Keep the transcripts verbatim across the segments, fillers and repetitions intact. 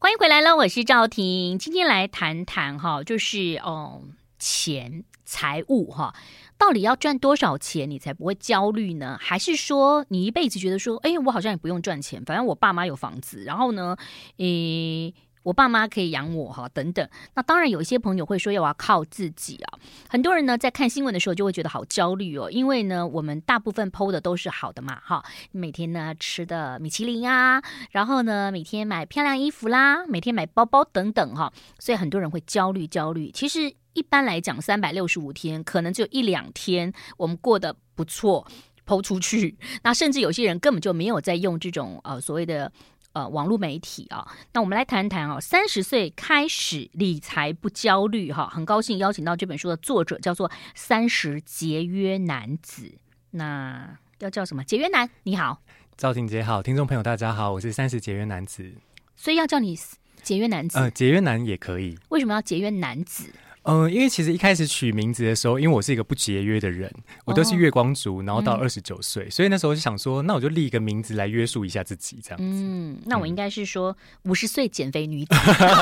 欢迎回来了，我是赵婷。今天来谈谈哈，就是哦，钱财务哈，到底要赚多少钱你才不会焦虑呢？还是说你一辈子觉得说，哎，我好像也不用赚钱，反正我爸妈有房子，然后呢，诶。我爸妈可以养我哈，等等。那当然有一些朋友会说要我要靠自己啊。很多人呢在看新闻的时候就会觉得好焦虑哦，因为呢我们大部分 po 的都是好的嘛哈，每天呢吃的米其林啊，然后呢每天买漂亮衣服啦，每天买包包等等哈，所以很多人会焦虑焦虑。其实一般来讲三百六十五天可能只有一两天我们过得不错 po 出去，那甚至有些人根本就没有在用这种呃所谓的呃，网络媒体啊，那我们来谈谈哦。三十岁开始理财不焦虑哈，很高兴邀请到这本书的作者，叫做三十节约男子。那要叫什么？节约男，你好， 赵婷姐好，听众朋友大家好，我是三十节约男子。 所以要叫你节约男子？ 呃，节约男也可以。 为什么要节约男子？ 嗯、呃，因为其实一开始取名字的时候，因为我是一个不节约的人，我都是月光族，然后到二十九岁，所以那时候就想说，那我就立一个名字来约束一下自己，这样子。嗯， 那我应该是说五十岁减肥女子，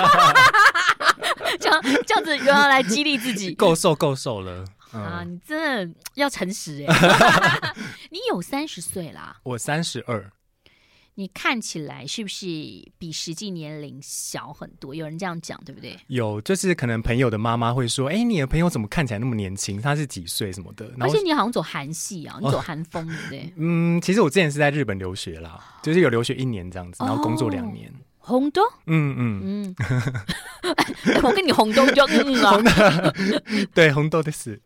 这样这样子又要来激励自己， 够瘦够瘦了。嗯、 啊，你真的要诚实哎！你有三十岁啦， 我三十二。 你看起来是不是比实际年龄小很多？有人这样讲，对不对？ 有，就是可能朋友的妈妈会说：“哎，你的朋友怎么看起来那么年轻？他是几岁什么的？” 而且你好像走韩系啊，你走韩风，对不对？ 嗯，其实我之前是在日本留学啦，就是有留学一年这样子，然后工作两年。 红豆， 嗯嗯嗯，我跟你红豆就嗯啊， 对，红豆的是。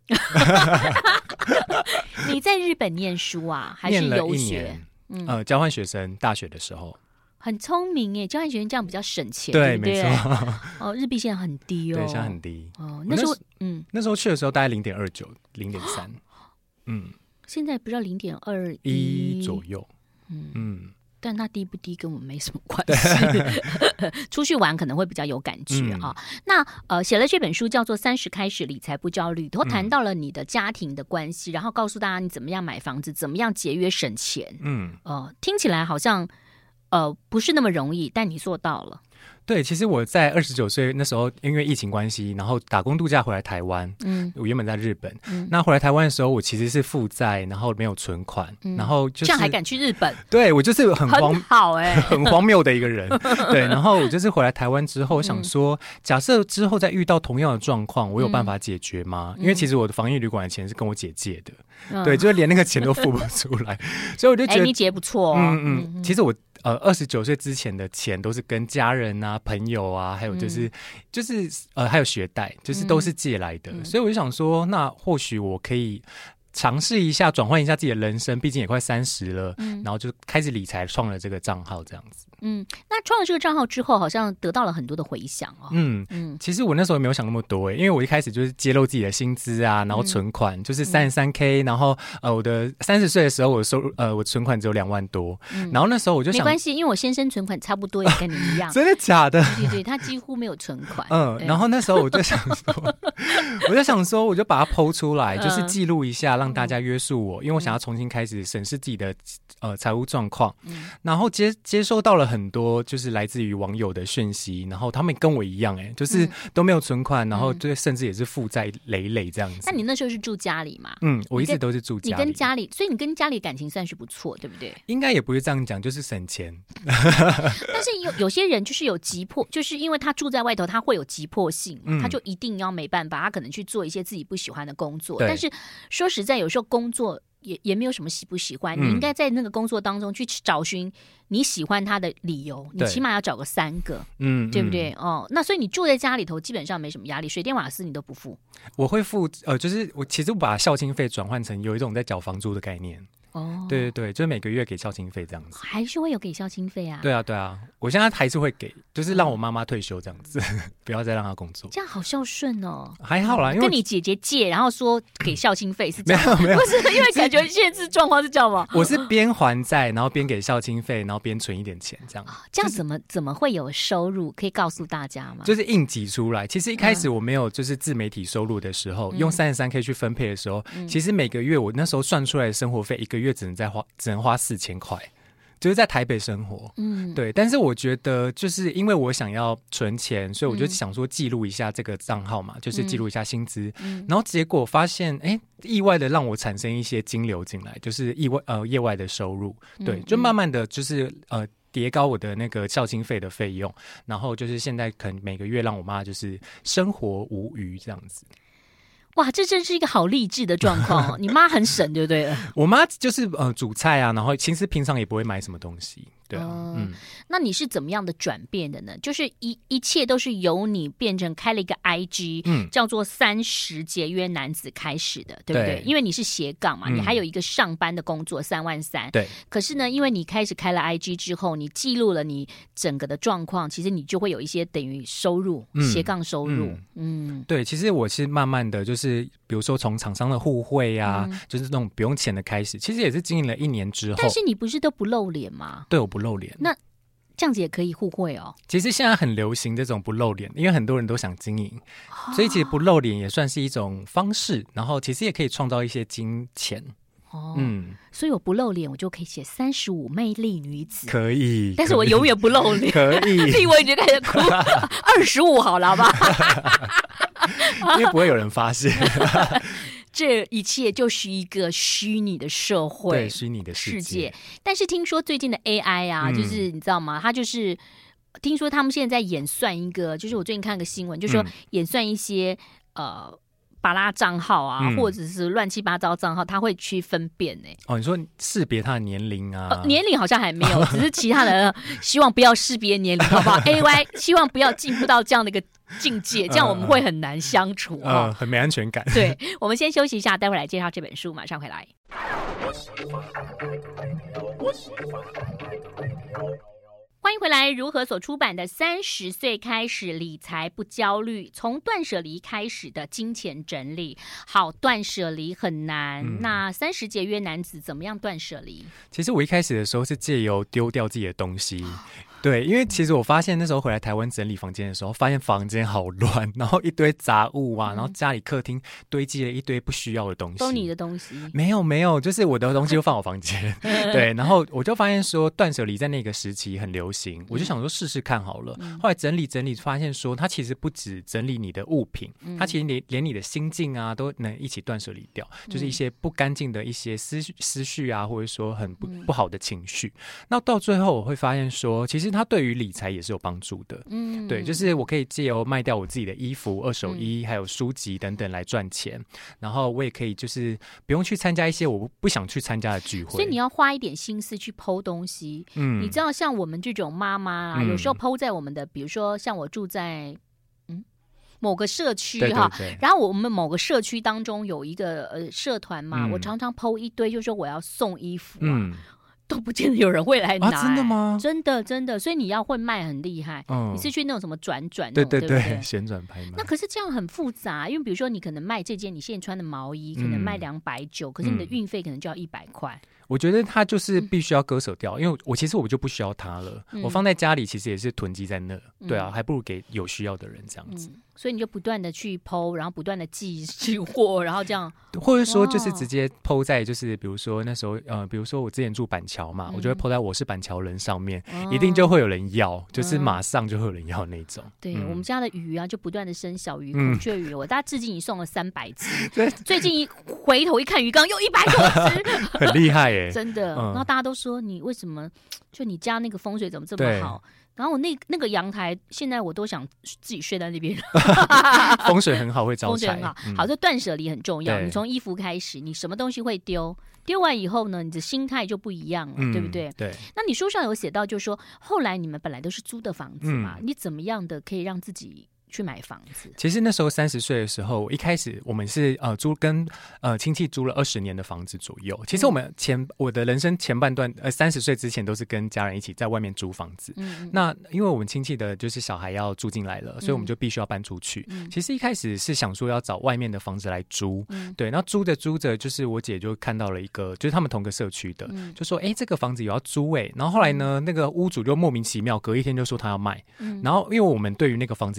你在日本念书啊，还是游学？ 嗯、呃，交换学生，大学的时候很聪明耶，交换学生这样比较省钱， 对， 对不对？ 没错。 哦，日币现在很低哦， 对，现在很低。 哦，那时候，嗯， 那时候去的时候大概零点二九、零点三，嗯， 现在不知道零点二一左右， 嗯嗯。 但它低不低跟我们没什么关系，出去玩可能会比较有感觉啊、嗯。那呃，写了这本书叫做《三十开始理财不焦虑》，都谈到了你的家庭的关系、嗯，然后告诉大家你怎么样买房子，怎么样节约省钱。嗯，呃，听起来好像呃不是那么容易，但你做到了。 对，其实我在二十九岁那时候，因为疫情关系，然后打工度假回来台湾。嗯，我原本在日本。嗯，那回来台湾的时候，我其实是负债，然后没有存款，嗯、然后就是这样还敢去日本？ 对，我就是很荒很好哎、欸， 很荒谬的一个人。对，然后我就是回来台湾之后，我想说，假设之后再遇到同样的状况，我有办法解决吗？嗯、因为其实我的防疫旅馆的钱是跟我姐借的，嗯、对，就是连那个钱都付不出来，所以我就觉得、 欸、你姐不错、哦。 嗯嗯，其实我。呃，二十九岁之前的钱都是跟家人啊、朋友啊，还有就是、嗯、就是呃，还有学贷，就是都是借来的、嗯，所以我就想说，那或许我可以尝试一下，转换一下自己的人生，毕竟也快三十了、嗯，然后就开始理财，创了这个账号，这样子。 嗯，那创了这个账号之后，好像得到了很多的回响哦。 嗯嗯，其实我那时候也没有想那么多诶，因为我一开始就是揭露自己的薪资啊，然后存款、嗯、就是三十三 K， 然后呃，我的三十岁的时候，我的收入呃，我存款只有两万多、嗯，然后那时候我就想， 没关系，因为我先生存款差不多也跟你一样， 真的假的？ 对对，他几乎没有存款。 嗯，然后那时候我就想说，我就想说，我就把它 po 出来，就是记录一下，让大家约束我，因为我想要重新开始审视自己的呃财务状况、嗯，然后接接收到了很多就是来自于网友的讯息，然后他们跟我一样、欸，哎，就是都没有存款，嗯、然后对，甚至也是负债累累这样子。 那你那时候是住家里吗？ 嗯，我一直都是住家里。 你跟家里，所以你跟家里感情算是不错，对不对？ 应该也不是这样讲，就是省钱。 但是有有些人就是有急迫，就是因为他住在外头，他会有急迫性，嗯、他就一定要没办法，他可能去做一些自己不喜欢的工作。但是说实在，有时候工作也也没有什么喜不喜欢、嗯，你应该在那个工作当中去找寻你喜欢他的理由，你起码要找个三个，嗯，对不对？嗯、哦，那所以你住在家里头，基本上没什么压力，水电瓦斯你都不付。 我会付，呃，就是我其实把孝亲费转换成有一种在缴房租的概念。哦，对对对，就是每个月给孝亲费这样子， 还是会有给孝亲费啊？ 对啊对啊，我现在还是会给，就是让我妈妈退休这样子，不要再让她工作。 这样好孝顺哦。 还好啦，因为跟你姐姐借，然后说给孝亲费是这样， 没有没有， 不是因为感觉现在状况是这样吗？ 我是边还债，然后边给孝亲费，然后边存一点钱这样。哦、 这样怎么、就是、怎么会有收入？可以告诉大家吗？ 就是硬挤出来。其实一开始我没有就是自媒体收入的时候，嗯、用三十三 K 去分配的时候、嗯，其实每个月我那时候算出来的生活费，一个月只能再花。只能花四千块， 就是在台北生活，嗯，对。但是我觉得，就是因为我想要存钱，所以我就想说记录一下这个账号嘛，嗯、就是记录一下薪资。嗯、然后结果发现，哎，意外的让我产生一些金流进来，就是意外呃业外的收入，对，就慢慢的就是呃。叠高我的那个孝亲费的费用，然后就是现在可能每个月让我妈就是生活无虞这样子。 哇，这真是一个好励志的状况哦！你妈很省，对不对？ 我妈就是呃煮菜啊，然后其实平常也不会买什么东西。对啊， 嗯，嗯那你是怎么样的转变的呢？就是一一切都是由你变成开了一个 I G，嗯，叫做三十节约男子开始的，对不对？对，因为你是斜杠嘛，嗯、你还有一个上班的工作三万三， 对。 可是呢，因为你开始开了 I G 之后，你记录了你整个的状况，其实你就会有一些等于收入，嗯、斜杠收入，嗯， 嗯对。其实我是慢慢的就是，比如说从厂商的互惠啊，嗯、就是那种不用钱的开始，其实也是经营了一年之后。 但是你不是都不露脸吗？ 对，我不露脸。 那这样子也可以互惠哦。 其实现在很流行这种不露脸，因为很多人都想经营，哦、所以其实不露脸也算是一种方式。然后其实也可以创造一些金钱。 哦，嗯，所以我不露脸，我就可以写三十五魅力女子， 可以。 但是我永远不露脸， 可以。 立伟就开始哭，二十五好了，好吧？ 因为不会有人发现。 这一切就是一个虚拟的社会， 对，虚拟的世界。世界但是听说最近的 A I 啊，嗯、就是你知道吗？它就是听说他们现在在演算一个，就是我最近看个新闻，就是说演算一些、嗯、呃巴拉账号啊，嗯、或者是乱七八糟账号，它会去分辨呢、欸。 哦，你说识别他的年龄啊、 呃？年龄好像还没有，只是其他的希望不要识别年龄，好不好 ？A I 希望不要进步到这样的一个境界，这样我们会很难相处啊、 呃呃，很没安全感。 对，我们先休息一下，待会儿来介绍这本书，马上回来。欢迎回来，如何所出版的三十岁开始理财不焦虑，从断舍离开始的金钱整理。好，断舍离很难、嗯、那三十节约男子怎么样断舍离？ 其实我一开始的时候是借由丢掉自己的东西。对，因为其实我发现那时候回来台湾整理房间的时候，发现房间好乱，然后一堆杂物啊，嗯、然后家里客厅堆积了一堆不需要的东西。 都你的东西？没有没有，就是我的东西都放我房间。对，然后我就发现说断舍离在那个时期很流行，我就想说试试看好了。嗯、后来整理整理，发现说它其实不止整理你的物品，嗯、它其实连连你的心境啊都能一起断舍离掉，嗯、就是一些不干净的一些思绪思绪啊，或者说很不、嗯、不好的情绪。那到最后我会发现说，其实它对于理财也是有帮助的，嗯，对，就是我可以借由卖掉我自己的衣服、二手衣，嗯、还有书籍等等来赚钱，然后我也可以就是不用去参加一些我不想去参加的聚会， 所以你要花一点心思去 po 东西。嗯，你知道像我们这种妈妈啊，嗯、有时候 po 在我们的，比如说像我住在嗯某个社区哈，对对对，然后我们某个社区当中有一个呃社团嘛，嗯、我常常 po 一堆，就是说我要送衣服啊。嗯，都不见得有人会来拿、欸啊、真的吗？ 真的真的，所以你要会卖很厉害、嗯、你是去那种什么转转， 对对 对, 对, 对， 旋转拍卖。 那可是这样很复杂，因为比如说你可能卖这件你现在穿的毛衣，可能卖两百九，可是你的运费可能就要一百块。 我觉得它就是必须要割舍掉，嗯、因为我其实我就不需要它了，嗯、我放在家里其实也是囤积在那，嗯、对啊，还不如给有需要的人这样子。嗯， 所以你就不断的去 po， 然后不断的寄寄货，然后这样， 或者说就是直接 po 在就是比如说那时候呃，比如说我之前住板桥嘛，嗯、我就会 po 在我是板桥人上面，哦、一定就会有人要，就是马上就会有人要那种。 对、嗯、我们家的鱼啊，就不断的生小鱼、孔雀鱼，我大概至今已经送了三百只，最近一回头一看鱼缸又一百多只， 很厉害耶， 真的。嗯、然后大家都说你为什么就你家那个风水怎么这么好？然后我那那个阳台，现在我都想自己睡在那边。 风水很好，会招财。风水很好，嗯、好，这断舍离很重要。你从衣服开始，你什么东西会丢？丢完以后呢，你的心态就不一样了，嗯、对不对？ 对。 那你书上有写到，就是说后来你们本来都是租的房子嘛，嗯、你怎么样的可以让自己去买房子？ 其实那时候三十岁的时候，一开始我们是呃租跟呃亲戚租了二十年的房子左右。其实我们前、嗯、我的人生前半段呃三十岁之前都是跟家人一起在外面租房子。嗯、那因为我们亲戚的就是小孩要住进来了，所以我们就必须要搬出去。嗯、其实一开始是想说要找外面的房子来租，嗯、对。然后租着租着，就是我姐就看到了一个，就是他们同个社区的，嗯、就说哎、欸、这个房子有要租哎、欸。然后后来呢，那个屋主就莫名其妙隔一天就说他要卖。嗯、然后因为我们对于那个房子也很有兴趣。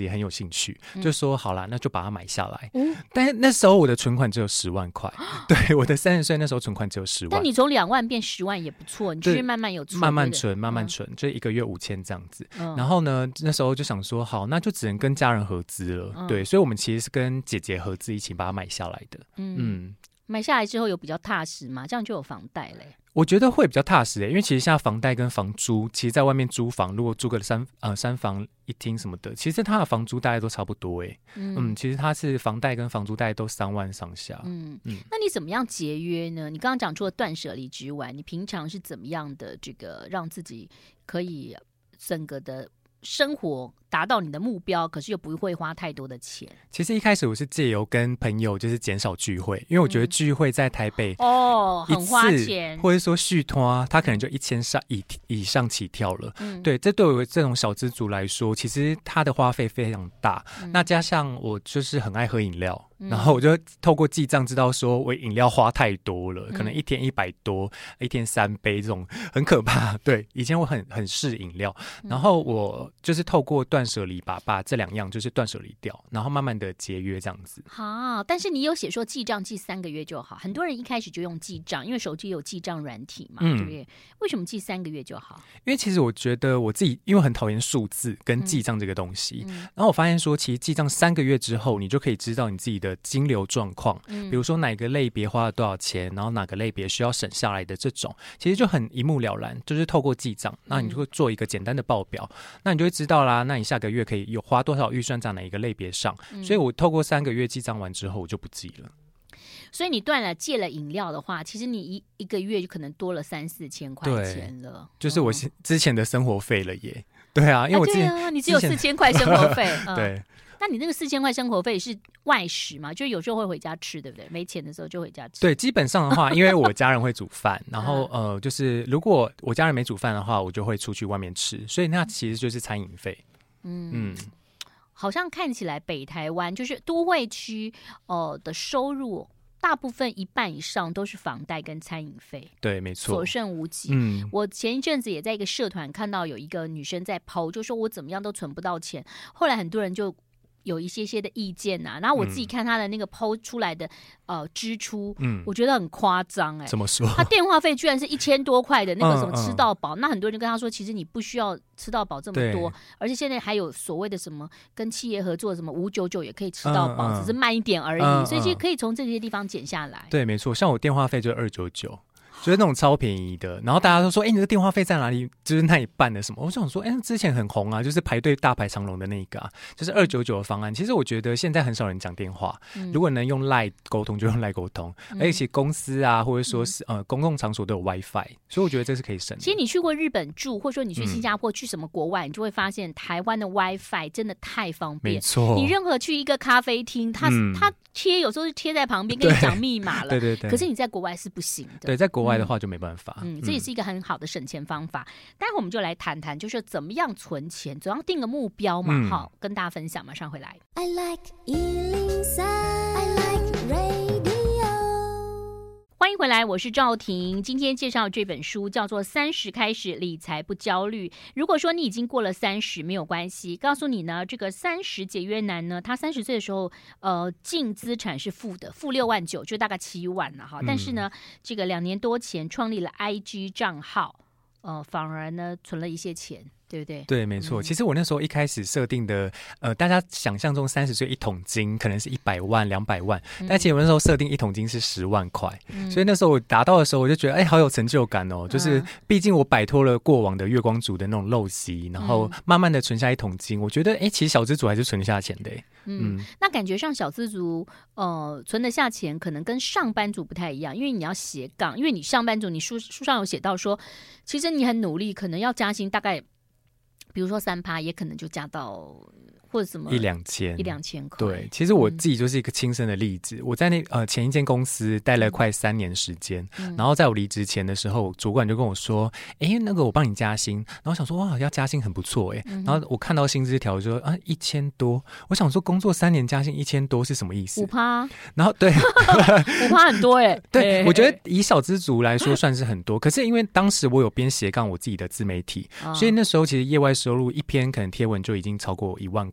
兴趣，嗯、就说好啦，那就把它买下来。嗯、但是那时候我的存款只有十万块，对，我的三十岁那时候存款只有十万。 但你从两万变十万也不错，你就是慢慢有存， 慢慢存，慢慢存，嗯、就一个月五千这样子。嗯、然后呢，那时候就想说，好，那就只能跟家人合资了。嗯、对，所以我们其实是跟姐姐合资一起把它买下来的。嗯。嗯买下来之后有比较踏实嘛？这样就有房贷嘞。 我觉得会比较踏实、欸、因为其实现在房贷跟房租，其实在外面租房，如果租个三呃三房一厅什么的，其实它的房租大概都差不多哎、欸。嗯, 嗯，其实它是房贷跟房租大概都三万上下。嗯嗯，那你怎么样节约呢？你刚刚讲除了断舍离之外，你平常是怎么样的这个让自己可以整个的生活达到你的目标，可是又不会花太多的钱？ 其实一开始我是借由跟朋友就是减少聚会，因为我觉得聚会在台北、 嗯、哦很花钱， 或者说续托他可能就一千上以以上起跳了、嗯、对，这对我这种小资族来说其实他的花费非常大、嗯、那加上我就是很爱喝饮料、嗯、然后我就透过记账知道说我饮料花太多了、嗯、可能一天一百多，一天三杯，这种很可怕。对，以前我很很嗜饮料、嗯、然后我就是透过断舍离把把这两样就是断舍离掉，然后慢慢的节约这样子。 好，但是你有写说记账记三个月就好，很多人一开始就用记账，因为手机有记账软体嘛、嗯、对不对？为什么记三个月就好？ 因为其实我觉得我自己因为很讨厌数字跟记账这个东西、嗯、然后我发现说其实记账三个月之后你就可以知道你自己的金流状况、嗯、比如说哪个类别花了多少钱，然后哪个类别需要省下来的，这种其实就很一目了然，就是透过记账，那你就会做一个简单的报表、嗯、那你就会知道啦，那你下个月可以有花多少预算在哪一个类别上、嗯、所以我透过三个月记账完之后我就不记了。 所以你断了戒了饮料的话，其实你一一个月就可能多了三四千块钱了， 就是我之前的生活费了耶。对啊，因为我之前、 啊、对啊，你只有四千块生活费、嗯、 对， 那你那个四千块生活费是外食嘛？就有时候会回家吃，对不对？没钱的时候就回家吃。 对，基本上的话，因为我家人会煮饭，然后呃，就是如果我家人没煮饭的话，我就会出去外面吃，所以那其实就是餐饮费。嗯嗯。 好像看起来北台湾就是都会区、呃、的收入大部分一半以上都是房贷跟餐饮费， 对，没错， 所剩无几、嗯、我前一阵子也在一个社团看到有一个女生在 po， 就说我怎么样都存不到钱，后来很多人就有一些些的意见啊，然后我自己看他的那个 po 出来的、嗯、呃支出，嗯，我觉得很夸张哎， 怎么说？ 他电话费居然是一千多块的那个什么吃到饱、嗯嗯，那很多人就跟他说，其实你不需要吃到饱这么多，而且现在还有所谓的什么跟企业合作，什么五九九也可以吃到饱、嗯嗯，只是慢一点而已，嗯嗯，所以其实可以从这些地方减下来。 对，没错，像我电话费就二九九。就是那种超便宜的，然后大家都说，哎、欸，你的电话费在哪里？就是那里办的什么？我想说，哎、欸，之前很红啊，就是排队大排长龙的那个啊，就是二九九的方案。其实我觉得现在很少人讲电话、嗯，如果能用 LINE 沟通就用 LINE 沟通，嗯、而且公司啊或者说是、嗯、呃公共场所都有 WiFi， 所以我觉得这是可以省的。 其实你去过日本住，或者说你去新加坡、嗯、去什么国外，你就会发现台湾的 WiFi 真的太方便。 没错， 你任何去一个咖啡厅，它、嗯、它贴有时候是贴在旁边跟你讲密码了， 对对对。 可是你在国外是不行的， 对，在国外的话就没办法。 嗯，这也是一个很好的省钱方法。待会我们就来谈谈，就是怎么样存钱，总要定个目标嘛。嗯、好，跟大家分享。马上回来。I like 一零三 I like radio。欢迎回来，我是赵婷。今天介绍这本书叫做《三十开始理财不焦虑》。如果说你已经过了三十，没有关系。告诉你呢，这个三十节约男呢，他三十岁的时候，呃，净资产是负的，负六万九，就大概七万了哈。但是呢，这个两年多前创立了 I G 账号，呃，反而呢存了一些钱。对不对？ 对，没错、嗯。其实我那时候一开始设定的，呃，大家想象中三十岁一桶金可能是一百万、两百万、嗯，但其实我那时候设定一桶金是十万块、嗯，所以那时候我达到的时候，我就觉得，哎，好有成就感哦。就是毕竟我摆脱了过往的月光族的那种陋习，然后慢慢的存下一桶金，我觉得，哎，其实小资族还是存得下钱的。 嗯，嗯那感觉上小资族，呃，存得下钱，可能跟上班族不太一样，因为你要斜杠，因为你上班族，你书书上有写到说，其实你很努力，可能要加薪，大概。比如说三趴，也可能就加到或者什么一两千一两千块。 对，其实我自己就是一个亲身的例子。嗯、我在那呃前一间公司待了快三年时间、嗯，然后在我离职前的时候，主管就跟我说：“哎、欸，那个我帮你加薪。”然后我想说哇，要加薪很不错哎、欸嗯。然后我看到薪资条说啊一千多，我想说工作三年加薪一千多是什么意思？ 五趴。 然后对， 五趴很多哎、欸。 对，欸、我觉得以小资族来说算是很多，可是因为当时我有编斜杠我自己的自媒体，哦、所以那时候其实业外收入一篇可能贴文就已经超过一万块。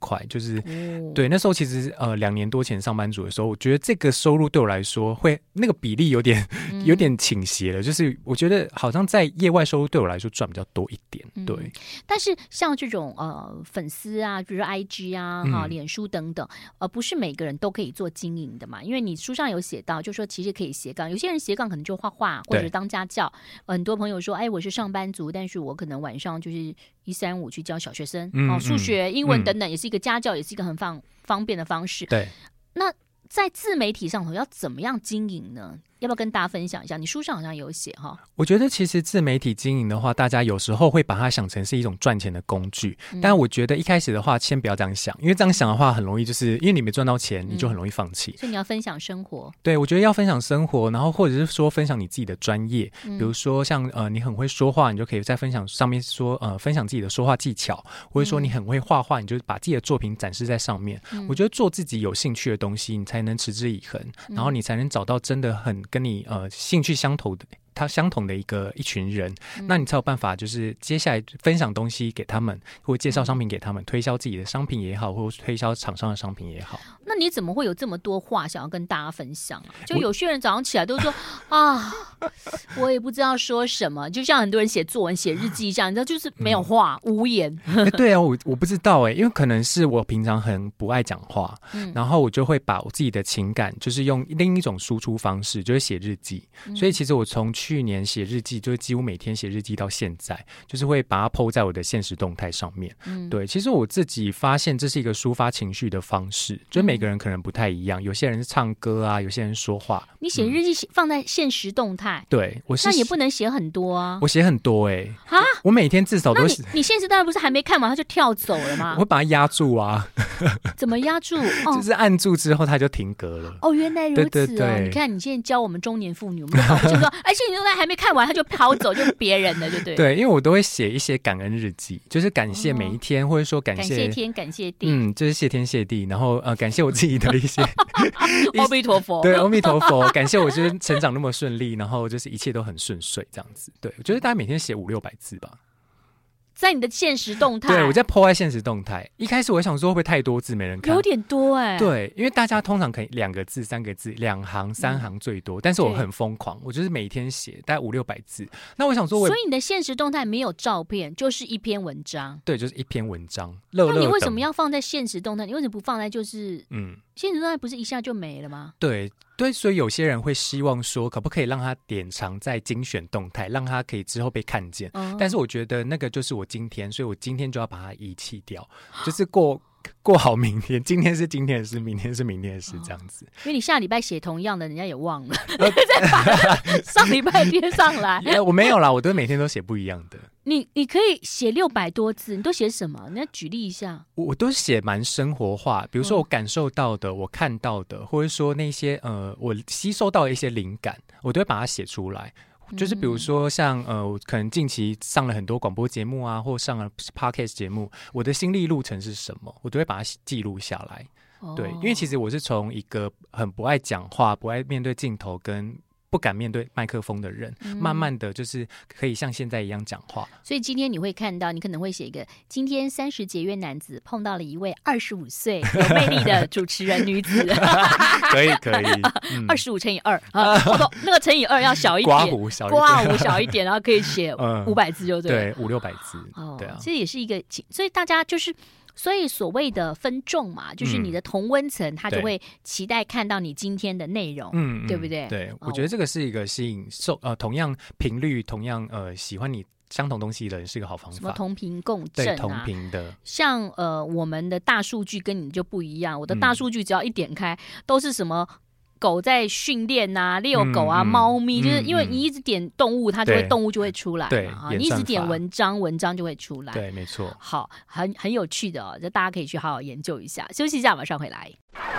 块，就是、哦、对那时候其实呃两年多前上班族的时候，我觉得这个收入对我来说会那个比例有点、嗯、有点倾斜了，就是我觉得好像在业外收入对我来说赚比较多一点，对。嗯、 但是像这种呃粉丝啊，比如说 I G 啊、嗯、啊脸书等等，呃不是每个人都可以做经营的嘛，因为你书上有写到，就说其实可以斜杠，有些人斜杠可能就画画或者当家教，很多朋友说，哎，我是上班族，但是我可能晚上就是一三五去教小学生，嗯、哦，数学、英文等等，也是一个家教，也是一个很方方便的方式。 对， 那在自媒体上头要怎么样经营呢？要不要跟大家分享一下？你书上好像有写哈。 我觉得其实自媒体经营的话，大家有时候会把它想成是一种赚钱的工具，嗯、但我觉得一开始的话，先不要这样想，因为这样想的话，很容易就是因为你没赚到钱，你就很容易放弃、 嗯。所以你要分享生活。 对，我觉得要分享生活，然后或者是说分享你自己的专业，嗯、比如说像呃你很会说话，你就可以在分享上面说呃分享自己的说话技巧，或者说你很会画画，你就把自己的作品展示在上面。嗯、我觉得做自己有兴趣的东西，你才能持之以恒，然后你才能找到真的很跟你呃。兴趣相投的，他相同的一个一群人、嗯，那你才有办法，就是接下来分享东西给他们，或介绍商品给他们，推销自己的商品也好，或推销厂商的商品也好。 那你怎么会有这么多话想要跟大家分享啊？就有些人早上起来都说啊，我也不知道说什么，就像很多人写作文、写日记这样，你知道，就是没有话、嗯、无言。 欸、对啊，我我不知道哎、欸，因为可能是我平常很不爱讲话、嗯，然后我就会把我自己的情感，就是用另一种输出方式，就是写日记。嗯、所以其实我从去年写日记，就是几乎每天写日记到现在，就是会把它 po 在我的现实动态上面。嗯，对，其实我自己发现这是一个抒发情绪的方式，就每个人可能不太一样，有些人是唱歌啊，有些人说话。 你写日记放在现实动态， 嗯、对，我是那也不能写很多啊。 我写很多哎、欸，啊，我每天至少都是。 你, 你现实动态不是还没看完他就跳走了吗？ 我会把它压住啊。 怎么压住？ 哦、就是按住之后它就停格了。 哦，原来如此哦。对对对，你看你现在教我们中年妇女，我们就搞不清楚说，哎，现实动态还没看完他就跑走，就是别人的，就对。 对，因为我都会写一些感恩日记，就是感谢每一天，哦、或者说感谢感谢天，感谢地， 嗯，就是谢天谢地，然后呃，感谢我自己的一些阿弥陀佛， 对，阿弥陀佛，感谢我就是成长那么顺利，然后就是一切都很顺遂这样子。对，我觉得大家每天写五六百字吧。 在你的现实动态， 对，我在 po 在现实动态。一开始我想说会不会太多字没人看， 有点多哎、欸。 对，因为大家通常可以两个字、三个字、两行、三行最多，嗯、但是我很疯狂，我就是每天写大概五六百字。那我想说我， 所以你的现实动态没有照片，就是一篇文章。 对，就是一篇文章。乐乐那你为什么要放在现实动态？你为什么不放在就是嗯，现实动态不是一下就没了吗？ 对。对，所以有些人会希望说，可不可以让他典藏在精选动态，让他可以之后被看见。嗯、但是我觉得那个就是我今天，所以我今天就要把它遗弃掉，就是过过好明天。今天是今天的事，明天是明天的事，这样子。 因为你下礼拜写同样的，人家也忘了，再把上礼拜贴上来。 我没有啦，我都每天都写不一样的。 你你可以写六百多字，你都写什么？你要举例一下。 我我都写蛮生活化，比如说我感受到的、嗯、我看到的，或者说那些呃我吸收到的一些灵感，我都会把它写出来。就是比如说像呃，我可能近期上了很多广播节目啊，或上了 podcast 节目，我的心历路程是什么，我都会把它记录下来。哦、对，因为其实我是从一个很不爱讲话、不爱面对镜头跟不敢面对麦克风的人、嗯、慢慢的就是可以像现在一样讲话。 所以今天你会看到，你可能会写一个今天三十节约男子碰到了一位二十五岁有魅力的主持人女子可以可以二十五乘以二啊，那个乘以二要小一点， 刮胡小一点， 刮胡小一点，然后可以写五百字就对了、 嗯、对，五六百字、哦、对啊， 这也是一个，所以大家就是所以所谓的分众嘛，就是你的同温层、嗯、他就会期待看到你今天的内容，嗯，对不对？ 对、哦，我觉得这个是一个吸引受呃同样频率、同样呃喜欢你相同东西的人是一个好方法。 什么同频共振啊？ 对，同频的。 像呃我们的大数据跟你就不一样，我的大数据只要一点开、嗯、都是什么狗在训练啊，遛狗啊、嗯、猫咪、嗯、就是因为你一直点动物、嗯、它就会动物就会出来嘛， 对， 你一直点文章文章就会出来， 对，没错。 好，很很有趣的哦，这大家可以去好好研究一下。休息一下，马上回来。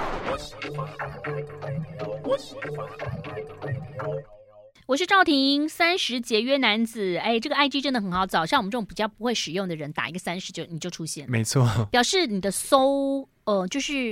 我是赵婷，三十节约男子。哎，这个 I G 真的很好找，像我们这种比较不会使用的人，打一个三十就你就出现， 没错， 表示你的搜呃就是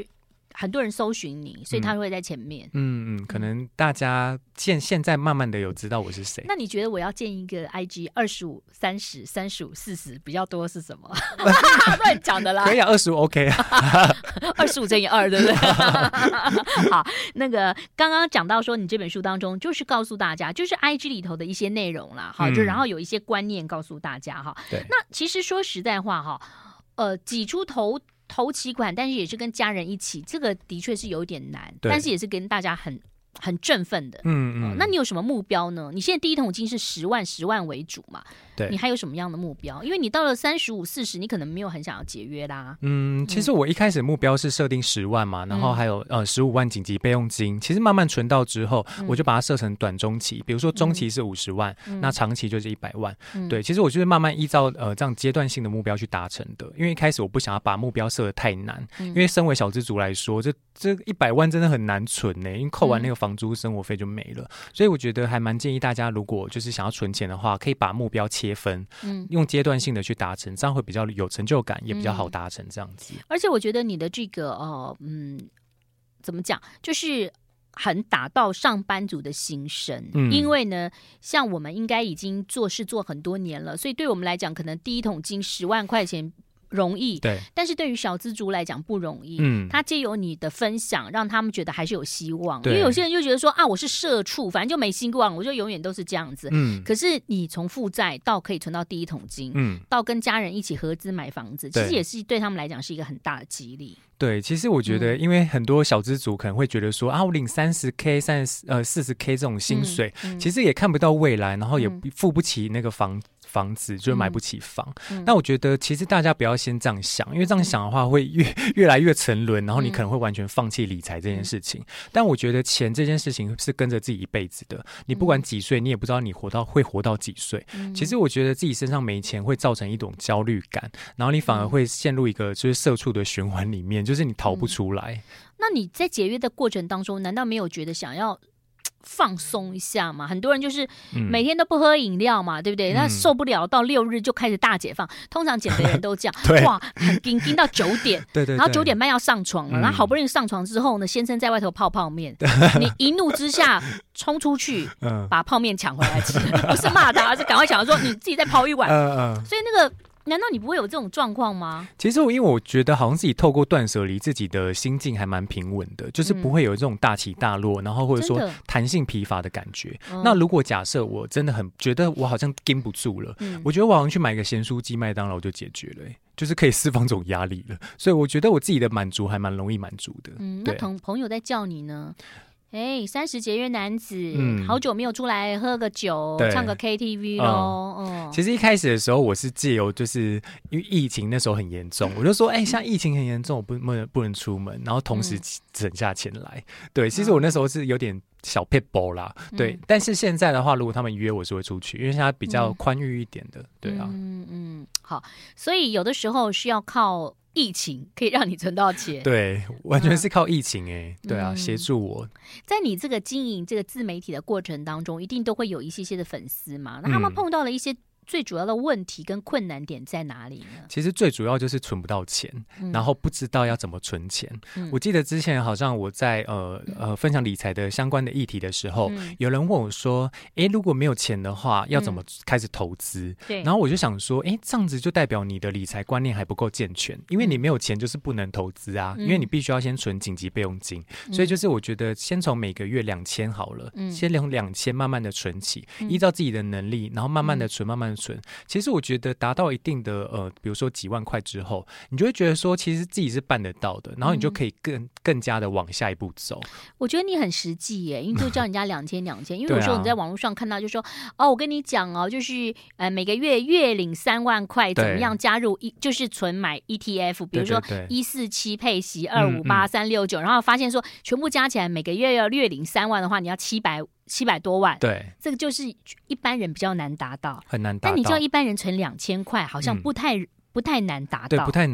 很多人搜寻你，所以他会在前面。 嗯嗯，可能大家现现在慢慢的有知道我是谁。 那你觉得我要建一个 I G 二十五、三十、三十五、四十比较多是什么？乱讲的啦。 可以啊，二十五 OK 啊， 二十五乘以二，对不对？好，那个刚刚讲到说，你这本书当中就是告诉大家，就是 I G 里头的一些内容啦，哈、嗯，就然后有一些观念告诉大家哈。 对。 那其实说实在话哈，呃，挤出头。头期款，但是也是跟家人一起，这个的确是有点难，但是也是跟大家很很振奋的。嗯嗯、呃，那你有什么目标呢？你现在第一桶金是十万，十万为主嘛？对，你还有什么样的目标？因为你到了三十五、四十，你可能没有很想要节约啦。嗯， 其实我一开始目标是设定十万嘛，然后还有、嗯、呃十五万紧急备用金。其实慢慢存到之后，嗯、我就把它设成短中期，比如说中期是五十万、嗯，那长期就是一百万、嗯。对，其实我就是慢慢依照呃这样阶段性的目标去达成的。因为一开始我不想要把目标设得太难，嗯、因为身为小资族来说，这这一百万真的很难存呢，因为扣完那个房租、生活费就没了。所以我觉得还蛮建议大家，如果就是想要存钱的话，可以把目标切分，嗯，用阶段性的去达成，这样会比较有成就感，也比较好达成这样子。 嗯、而且我觉得你的这个呃嗯，怎么讲，就是很打到上班族的心声。嗯，因为呢，像我们应该已经做事做很多年了，所以对我们来讲，可能第一桶金十万块钱。容易， 对， 但是对于小资族来讲不容易。嗯，他借由你的分享，让他们觉得还是有希望。因为有些人就觉得说啊，我是社畜，反正就没希望，我就永远都是这样子。嗯，可是你从负债到可以存到第一桶金，嗯，到跟家人一起合资买房子，其实也是对他们来讲是一个很大的激励。 对，其实我觉得，因为很多小资族可能会觉得说、嗯、啊，我领三十 K、三十呃四十 K 这种薪水、嗯嗯，其实也看不到未来，然后也付不起那个房。房子就买不起房、嗯、但我觉得其实大家不要先这样想，因为这样想的话会越越来越沉沦，然后你可能会完全放弃理财这件事情、嗯、但我觉得钱这件事情是跟着自己一辈子的，你不管几岁你也不知道你活到会活到几岁、嗯、其实我觉得自己身上没钱会造成一种焦虑感，然后你反而会陷入一个就是社畜的循环里面，就是你逃不出来、嗯、 那你在节约的过程当中难道没有觉得想要放松一下嘛？很多人就是每天都不喝饮料嘛、嗯、对不对？那受不了到六日就开始大解放，通常减肥人都这样哇，很盯盯到九点对, 对, 对，然后九点半要上床了、嗯、然后好不容易上床之后呢，先生在外头泡泡面，你一怒之下冲出去、嗯、把泡面抢回来吃，不是骂他，而是赶快想说你自己再泡一碗、嗯嗯、所以那个难道你不会有这种状况吗？ 其实我因为我觉得好像自己透过断舍离，自己的心境还蛮平稳的，就是不会有这种大起大落、嗯、然后或者说弹性疲乏的感觉、嗯、那如果假设我真的很觉得我好像盯不住了、嗯、我觉得我好像去买个咸酥鸡麦当劳就解决了、欸、就是可以释放这种压力了，所以我觉得我自己的满足还蛮容易满足的。 嗯，那同朋友在叫你呢，哎，三十节约男子、嗯，好久没有出来喝个酒，唱个 K T V 咯、嗯嗯。其实一开始的时候，我是借由就是因为疫情那时候很严重，我就说，哎，像疫情很严重，我不不能不能出门，然后同时省下钱来。对，其实我那时候是有点小撇步啦，对、嗯。但是现在的话，如果他们约我是会出去，因为现在比较宽裕一点的，嗯、对啊。 嗯嗯，好，所以有的时候是要靠疫情可以让你存到钱， 对，完全是靠疫情哎、欸嗯，对啊，协助我。 在你这个经营这个自媒体的过程当中，一定都会有一些些的粉丝嘛，那他们碰到了一些最主要的问题跟困难点在哪里呢？ 其实最主要就是存不到钱、嗯、然后不知道要怎么存钱、嗯、我记得之前好像我在呃呃分享理财的相关的议题的时候、嗯、有人问我说，诶，如果没有钱的话要怎么开始投资、嗯、然后我就想说，诶，这样子就代表你的理财观念还不够健全，因为你没有钱就是不能投资啊、嗯、因为你必须要先存紧急备用金、嗯、所以就是我觉得先从每个月两千好了、嗯、先从两千慢慢的存起、嗯、依照自己的能力，然后慢慢的存、嗯、慢慢的存。其实我觉得达到一定的呃，比如说几万块之后，你就会觉得说，其实自己是办得到的，然后你就可以更、嗯、更加的往下一步走。 我觉得你很实际耶，因为就叫人家两千两千，因为有时候你在网络上看到就说，啊、哦，我跟你讲哦，就是呃每个月月领三万块，怎么样加入一就是存买 E T F， 比如说一四七配息二五八三六九，然后发现说全部加起来每个月要月领三万的话，你要七百。七百多万， 对， 这个就是一般人比较难达到， 很难达到。 但你叫一般人存两千块，好像不太、嗯、不太难达到， 对，不太难。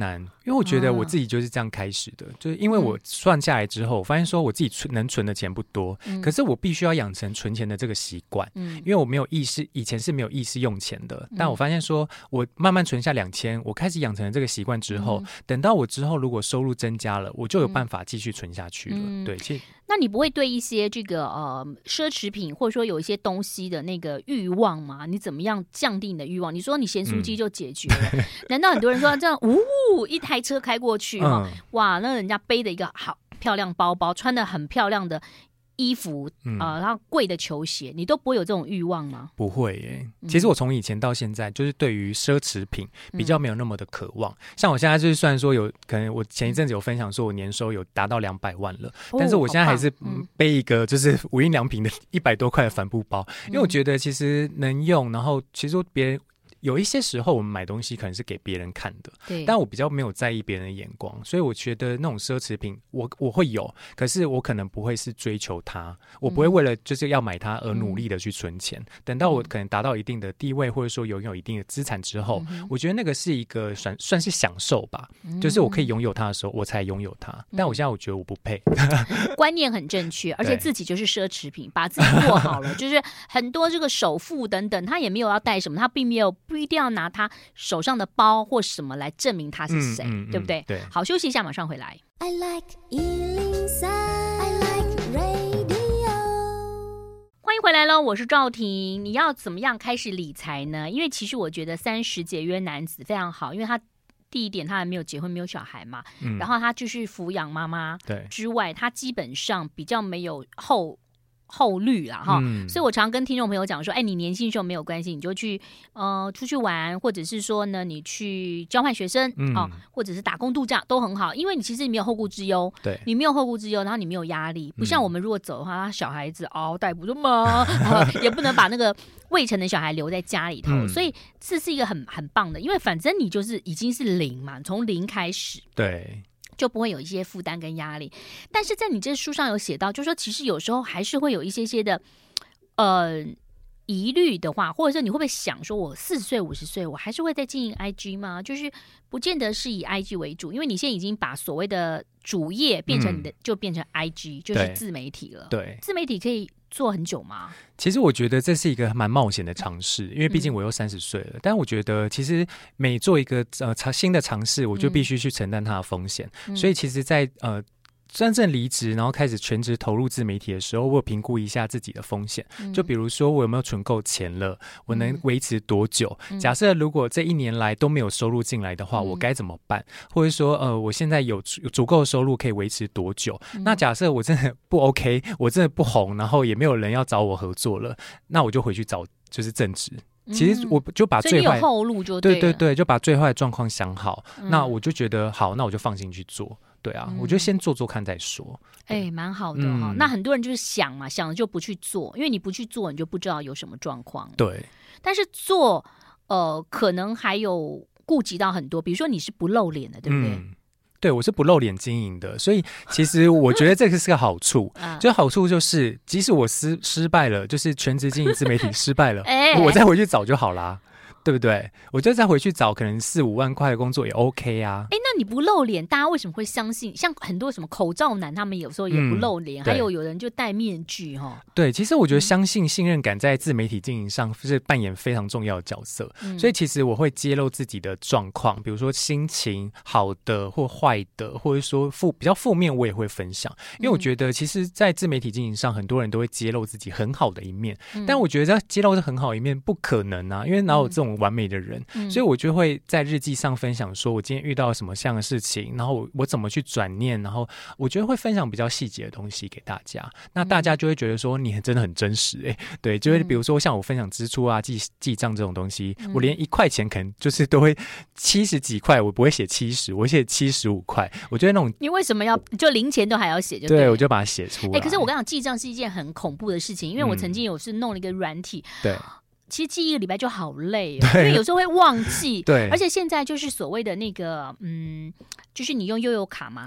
因为我觉得我自己就是这样开始的，嗯、就是因为我算下来之后，我发现说我自己存能存的钱不多，嗯、可是我必须要养成存钱的这个习惯，嗯，因为我没有意识，以前是没有意识用钱的，嗯、但我发现说我慢慢存下两千，我开始养成了这个习惯之后，嗯、等到我之后如果收入增加了，我就有办法继续存下去了，嗯、对，其实。 那你不会对一些这个呃奢侈品或者说有一些东西的那个欲望吗？你怎么样降低你的欲望？你说你咸酥鸡就解决了，嗯、难道很多人说这样呜一台车开过去哈、嗯，哇，那人家背的一个好漂亮包包，穿的很漂亮的衣服啊、嗯呃，然后贵的球鞋，你都不会有这种欲望吗？ 不会耶。其实我从以前到现在，就是对于奢侈品比较没有那么的渴望。嗯、像我现在就是虽然说有可能我前一阵子有分享说我年收有达到两百万了，哦、但是我现在还是背一个就是无印良品的一百多块的帆布包，嗯、因为我觉得其实能用，然后其实别人。有一些时候我们买东西可能是给别人看的，对，但我比较没有在意别人的眼光，所以我觉得那种奢侈品我我会有，可是我可能不会是追求它，我不会为了就是要买它而努力的去存钱，嗯、等到我可能达到一定的地位或者说拥有一定的资产之后，嗯、我觉得那个是一个算算是享受吧，嗯、就是我可以拥有它的时候我才拥有它，嗯、但我现在我觉得我不配。 观念很正确，而且自己就是奢侈品，把自己过好了，就是很多这个首富等等，他也没有要带什么，他并没有不一定要拿他手上的包或什么来证明他是谁，嗯嗯嗯、对不对？ 对。 好，休息一下，马上回来。I like 一零三 I like radio。欢迎回来了，我是赵婷。你要怎么样开始理财呢？因为其实我觉得三十节约男子非常好，因为他第一点他还没有结婚，没有小孩嘛，嗯、然后他就是抚养妈妈之外，他基本上比较没有后。后虑啦哈，嗯、所以我常跟听众朋友讲说，哎，你年轻的时候没有关系，你就去呃出去玩，或者是说呢，你去交换学生啊、嗯哦，或者是打工度假都很好，因为你其实你没有后顾之忧， 对， 你没有后顾之忧，然后你没有压力，不像我们如果走的话，小孩子嗷、哦、待不住嘛、呃，也不能把那个未成的小孩留在家里头，嗯、所以这是一个很很棒的，因为反正你就是已经是零嘛，从零开始， 对。 就不会有一些负担跟压力，但是在你这书上有写到，就是说其实有时候还是会有一些些的呃疑虑的话，或者说你会不会想说，我四十岁五十岁我还是会再经营 I G 吗？就是不见得是以 I G 为主，因为你现在已经把所谓的主业变成你的，嗯、就变成 I G， 就是自媒体了。对，自媒体可以做很久吗？ 其实我觉得这是一个蛮冒险的尝试，因为毕竟我又三十岁了。嗯、但我觉得其实每做一个呃新的尝试，我就必须去承担它的风险。嗯、所以其实在，在呃。真正离职，然后开始全职投入自媒体的时候，我有评估一下自己的风险。嗯、就比如说，我有没有存够钱了？我能维持多久？嗯、假设如果这一年来都没有收入进来的话，嗯、我该怎么办？或者说，呃，我现在有有足够的收入可以维持多久？嗯、那假设我真的不 OK， 我真的不红，然后也没有人要找我合作了，那我就回去找就是正职。其实我就把最坏， 所以你有后路就对了， 对对对，就把最坏的状况想好，嗯、那我就觉得好，那我就放心去做。对啊，嗯、我就先做做看再说。 哎，蛮好的哈、哦。嗯、那很多人就是想嘛，想了就不去做，因为你不去做，你就不知道有什么状况。 对， 但是做，呃，可能还有顾及到很多，比如说你是不露脸的，对不对？ 嗯对，我是不露脸经营的，所以其实我觉得这个是个好处。就好处就是，即使我失失败了，就是全职经营自媒体失败了，欸、我再回去找就好啦。对不对？我就再回去找可能四五万块的工作也 OK 啊。 哎，那你不露脸，大家为什么会相信？像很多什么口罩男，他们有时候也不露脸，嗯、还有有人就戴面具哈、哦。 对，其实我觉得相信、信任感在自媒体经营上是扮演非常重要的角色。嗯、所以其实我会揭露自己的状况，比如说心情好的或坏的，或者说负比较负面，我也会分享。因为我觉得其实，在自媒体经营上，很多人都会揭露自己很好的一面，嗯、但我觉得揭露是很好的一面不可能啊，因为哪有这种完美的人，嗯、所以我就会在日记上分享说我今天遇到什么样的事情，然后 我, 我怎么去转念，然后我觉得会分享比较细节的东西给大家，那大家就会觉得说你真的很真实、欸、对，就会比如说像我分享支出啊记记账这种东西、嗯、我连一块钱可能就是都会七十几块，我不会写七十，我写七十五块，我觉得那种你为什么要就零钱都还要写就 对, 对我就把它写出来、欸、 可是我跟你讲记账是一件很恐怖的事情，因为我曾经有是弄了一个软体、嗯、对，其实记一个礼拜就好累、哦、因为有时候会忘记。对，而且现在就是所谓的那个，嗯，就是你用悠游卡嘛， 对， 所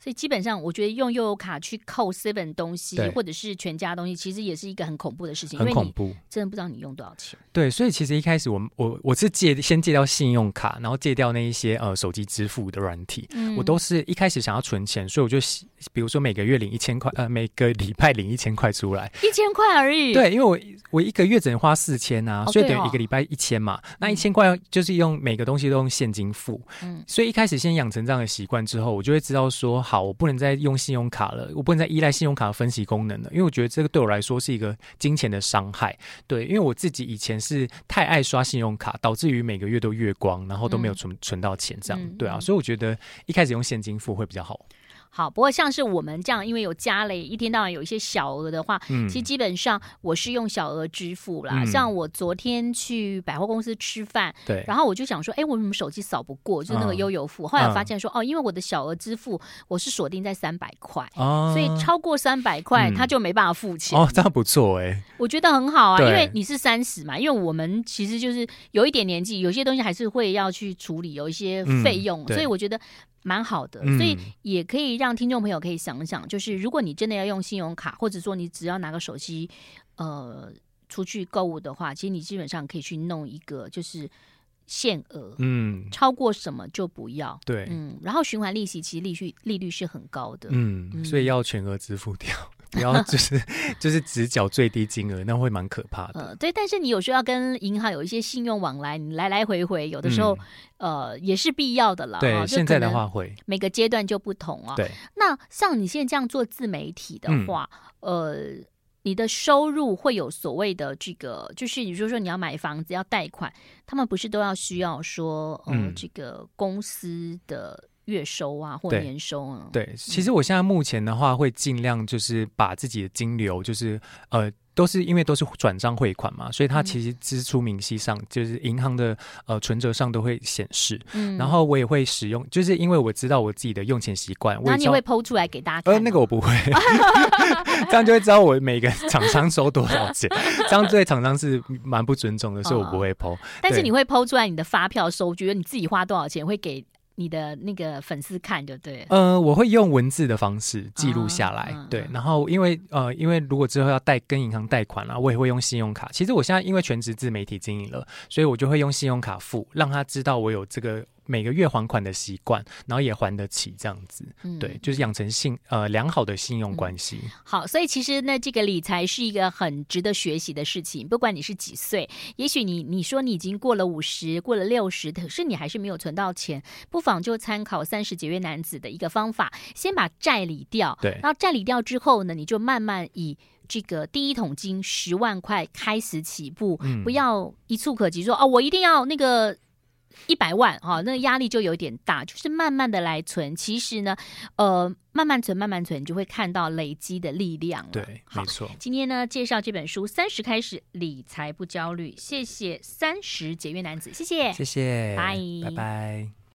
所以基本上我觉得用悠游卡去扣 seven 东西或者是全家东西，其实也是一个很恐怖的事情， 很恐怖， 真的不知道你用多少钱。 对，所以其实一开始我我我是戒先戒掉信用卡，然后戒掉那一些呃手机支付的软体、嗯、我都是一开始想要存钱，所以我就比如说每个月领一千块，呃每个礼拜领一千块出来， 一千块而已。 对，因为我我一个月只能花四千啊、哦，所以等于一个礼拜一千嘛、哦、那一千块就是用每个东西都用现金付、嗯、所以一开始先养成这样的习惯之后，我就会知道说好，我不能再用信用卡了，我不能再依赖信用卡的分析功能了，因为我觉得这个对我来说是一个金钱的伤害。对，因为我自己以前是太爱刷信用卡，导致于每个月都月光，然后都没有存、嗯、存到钱这样、嗯、对啊，所以我觉得一开始用现金付会比较好。 好，不过像是我们这样，因为有家累，一天到晚有一些小额的话、嗯、其实基本上我是用小额支付啦、嗯、像我昨天去百货公司吃饭，对，然后我就想说哎，我为什么手机扫不过，就是那个悠游付、嗯、后来我发现说、嗯、哦，因为我的小额支付我是锁定在三百块、哦、所以超过三百块他就没办法付钱、 嗯、哦，这样不错哎， 我觉得很好啊，因为你是三十嘛，因为我们其实就是有一点年纪，有些东西还是会要去处理，有一些费用、嗯、所以我觉得蛮好的、嗯、所以也可以让听众朋友可以想想，就是如果你真的要用信用卡，或者说你只要拿个手机呃出去购物的话，其实你基本上可以去弄一个就是限额，嗯，超过什么就不要，对，嗯，然后循环利息其实利率利率是很高的， 嗯，嗯，所以要全额支付掉。不要就是就是只缴最低金额，那会蛮可怕的。 呃，对，但是你有时候要跟银行有一些信用往来，你来来回回，有的时候、嗯、呃也是必要的啦。 对， 哦、 现在的话会每个阶段就不同啊。对，那像你现在这样做自媒体的话，嗯、呃，你的收入会有所谓的这个，就是你说说你要买房子要贷款，他们不是都要需要说呃、嗯、这个公司的月收啊或年收啊？ 对，对，其实我现在目前的话会尽量就是把自己的金流就是呃都是因为都是转账汇款嘛，所以它其实支出明细上、嗯、就是银行的呃存折上都会显示、嗯、然后我也会使用，就是因为我知道我自己的用钱习惯， 那你也会 po 出来给大家看？ 呃，那个我不会这样就会知道我每个厂商收多少钱这样对厂商是蛮不尊重的，所以我不会 po、哦、 但是你会 po 出来你的发票收据，你自己花多少钱会给你的那个粉丝看，对不对？ 呃，我会用文字的方式记录下来、啊，对。然后因为呃，因为如果之后要贷跟银行贷款啦，我也会用信用卡。其实我现在因为全职自媒体经营了，所以我就会用信用卡付，让他知道我有这个每个月还款的习惯，然后也还得起这样子。嗯、对，就是养成信呃良好的信用关系、嗯。 好，所以其实呢，这个理财是一个很值得学习的事情。不管你是几岁，也许你你说你已经过了五十，过了六十，可是你还是没有存到钱，不妨就参考三十节约男子的一个方法，先把债理掉。对，然后债理掉之后呢，你就慢慢以这个第一桶金十万块开始起步，嗯、不要一触可及说哦，我一定要那个一百万哈、哦，那个压力就有点大，就是慢慢的来存。其实呢，呃，慢慢存，慢慢存，你就会看到累积的力量了。 对，没错。 今天呢，介绍这本书《三十开始理财不焦虑》，谢谢三十节约男子，谢谢， 谢谢， 拜拜拜。